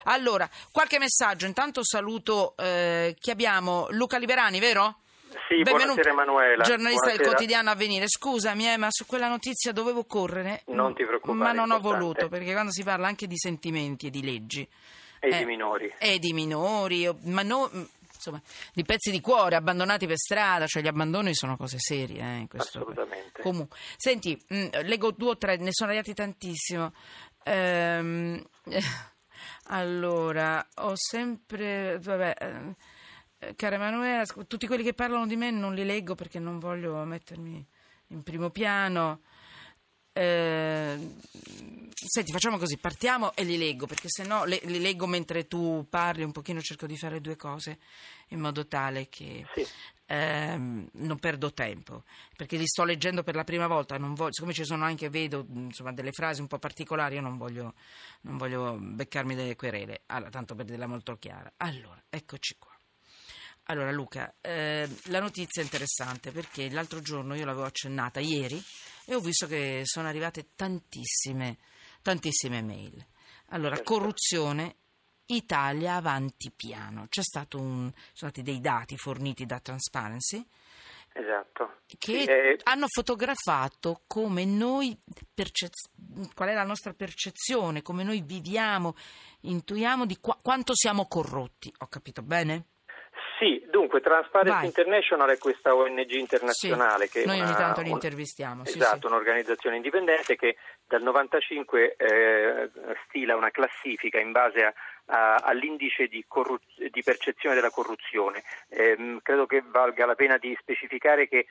Allora, qualche messaggio. Intanto saluto chi abbiamo? Luca Liverani, vero? Sì, buonasera Emanuela. Giornalista Buonasera. del quotidiano Avvenire. Scusami, ma su quella notizia dovevo correre. Non ti preoccupare. Ma non ho importante. voluto, perché quando si parla anche di sentimenti e di leggi. E di minori. E di minori, insomma, di pezzi di cuore abbandonati per strada, cioè gli abbandoni sono cose serie. In questo. Assolutamente. Comunque, senti, leggo 2 o 3, ne sono arrivati tantissimo. Allora, ho sempre... cara Emanuela, tutti quelli che parlano di me non li leggo perché non voglio mettermi in primo piano. Senti, facciamo così, partiamo e li leggo, perché se no li leggo mentre tu parli un pochino, cerco di fare 2 cose in modo tale che non perdo tempo, perché li sto leggendo per la prima volta, non voglio, siccome ci sono anche, vedo insomma delle frasi un po' particolari, io non voglio beccarmi delle querele. Allora, tanto per dirla molto chiara. Allora, eccoci qua. Allora Luca, la notizia è interessante perché l'altro giorno io l'avevo accennata ieri e ho visto che sono arrivate tantissime mail. Allora, corruzione, Italia avanti piano. Sono stati dei dati forniti da Transparency. Esatto. Che hanno fotografato come noi qual è la nostra percezione, come noi viviamo, intuiamo di quanto siamo corrotti. Ho capito bene? Sì, dunque Transparency International è questa ONG internazionale che noi ogni tanto li intervistiamo. Esatto, un'organizzazione indipendente che dal 95 stila una classifica in base all'indice di percezione della corruzione. Credo che valga la pena di specificare che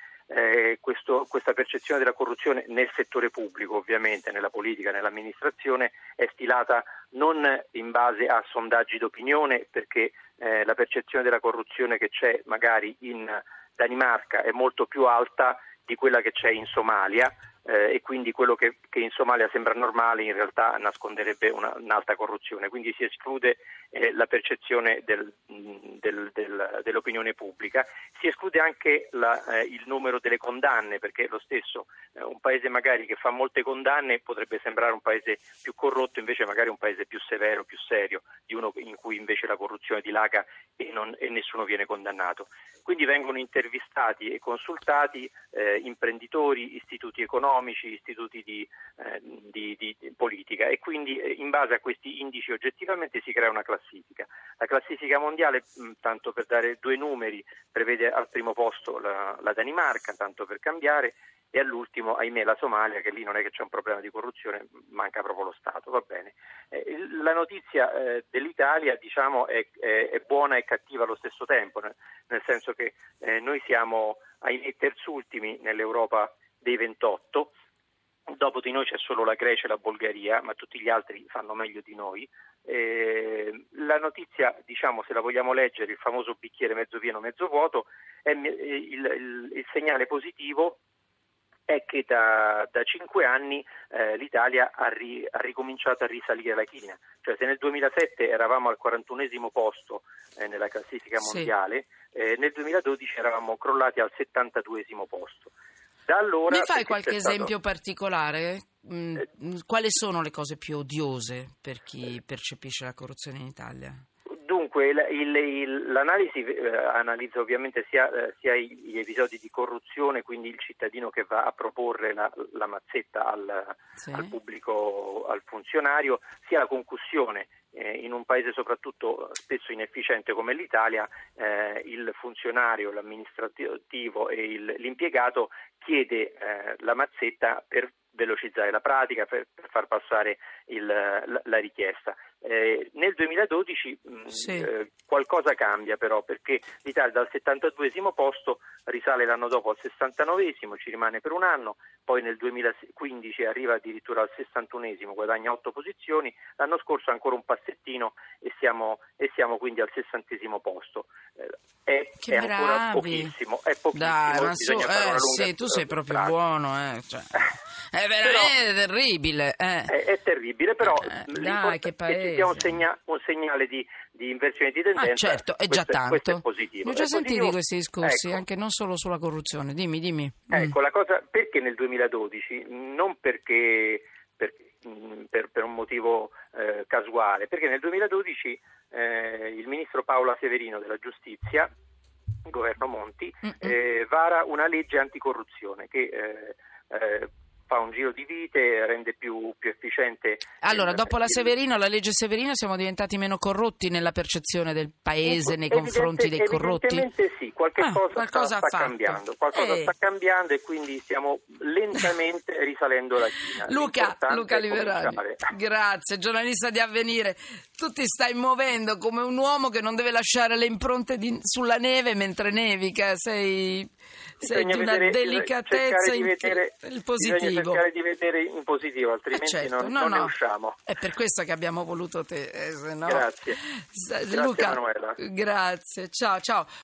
questa percezione della corruzione nel settore pubblico, ovviamente, nella politica, nell'amministrazione, è stilata non in base a sondaggi d'opinione, perché la percezione della corruzione che c'è magari in Danimarca è molto più alta di quella che c'è in Somalia, e quindi quello che in Somalia sembra normale in realtà nasconderebbe un'alta corruzione, quindi si esclude la percezione dell'opinione pubblica, si esclude anche il numero delle condanne, perché lo stesso un paese magari che fa molte condanne potrebbe sembrare un paese più corrotto, invece magari un paese più severo, più serio, di uno in cui invece la corruzione dilaga e nessuno viene condannato. Quindi vengono intervistati e consultati imprenditori, istituti economici, istituti di politica, e quindi in base a questi indici oggettivamente si crea una classifica. La classifica mondiale, tanto per dare 2 numeri, prevede al primo posto la Danimarca, tanto per cambiare, e all'ultimo, ahimè, la Somalia, che lì non è che c'è un problema di corruzione, manca proprio lo Stato, va bene. La notizia dell'Italia, diciamo, è buona e cattiva allo stesso tempo, nel senso che noi siamo, ahimè, terzultimi nell'Europa dei 28, dopo di noi c'è solo la Grecia e la Bulgaria, ma tutti gli altri fanno meglio di noi. La notizia, diciamo, se la vogliamo leggere, il famoso bicchiere mezzo pieno, mezzo vuoto, è il segnale positivo è che da 5 anni l'Italia ha ricominciato a risalire la china. Cioè, se nel 2007 eravamo al 41esimo posto nella classifica mondiale, nel 2012 eravamo crollati al 72esimo posto. Da allora, mi fai qualche esempio particolare? Quali sono le cose più odiose per chi percepisce la corruzione in Italia? Dunque, l'analisi analizza ovviamente sia gli episodi di corruzione, quindi il cittadino che va a proporre la mazzetta al pubblico, al funzionario, sia la concussione. In un paese soprattutto spesso inefficiente come l'Italia, il funzionario, l'amministrativo e l'impiegato chiede la mazzetta per velocizzare la pratica, per far passare la richiesta. Nel 2012 qualcosa cambia però, perché l'Italia dal 72esimo posto risale l'anno dopo al 69esimo, ci rimane per un anno, poi nel 2015 arriva addirittura al 61esimo, guadagna 8 posizioni, l'anno scorso ancora un passettino e siamo quindi al 60esimo posto. È ancora pochissimo, Dai, bisogna fare una lunga tu sei proprio buono, cioè. È veramente terribile. È terribile, però che paese. Ci sia un segnale di inversione di tendenza. Certo, è già tanto. Questo è positivo. Ne ho già sentiti questi discorsi, ecco. Anche non solo sulla corruzione. Dimmi. Ecco, la cosa, perché nel 2012? Non perché per un motivo casuale, perché nel 2012 il ministro Paola Severino della Giustizia, governo Monti, vara una legge anticorruzione che fa un giro di vite, rende più efficiente. Allora, dopo la legge Severino, siamo diventati meno corrotti nella percezione del paese nei confronti dei corrotti? Evidentemente sì, qualcosa sta cambiando. Sta cambiando e quindi stiamo lentamente risalendo la china. Luca Liverani, grazie, giornalista di Avvenire. Tu ti stai muovendo come un uomo che non deve lasciare le impronte sulla neve mentre nevica, sei di una delicatezza il positivo. Bisogna cercare di vedere in positivo, altrimenti non ne usciamo. È per questo che abbiamo voluto te, se no... Grazie. Luca, Manuela. Grazie, ciao.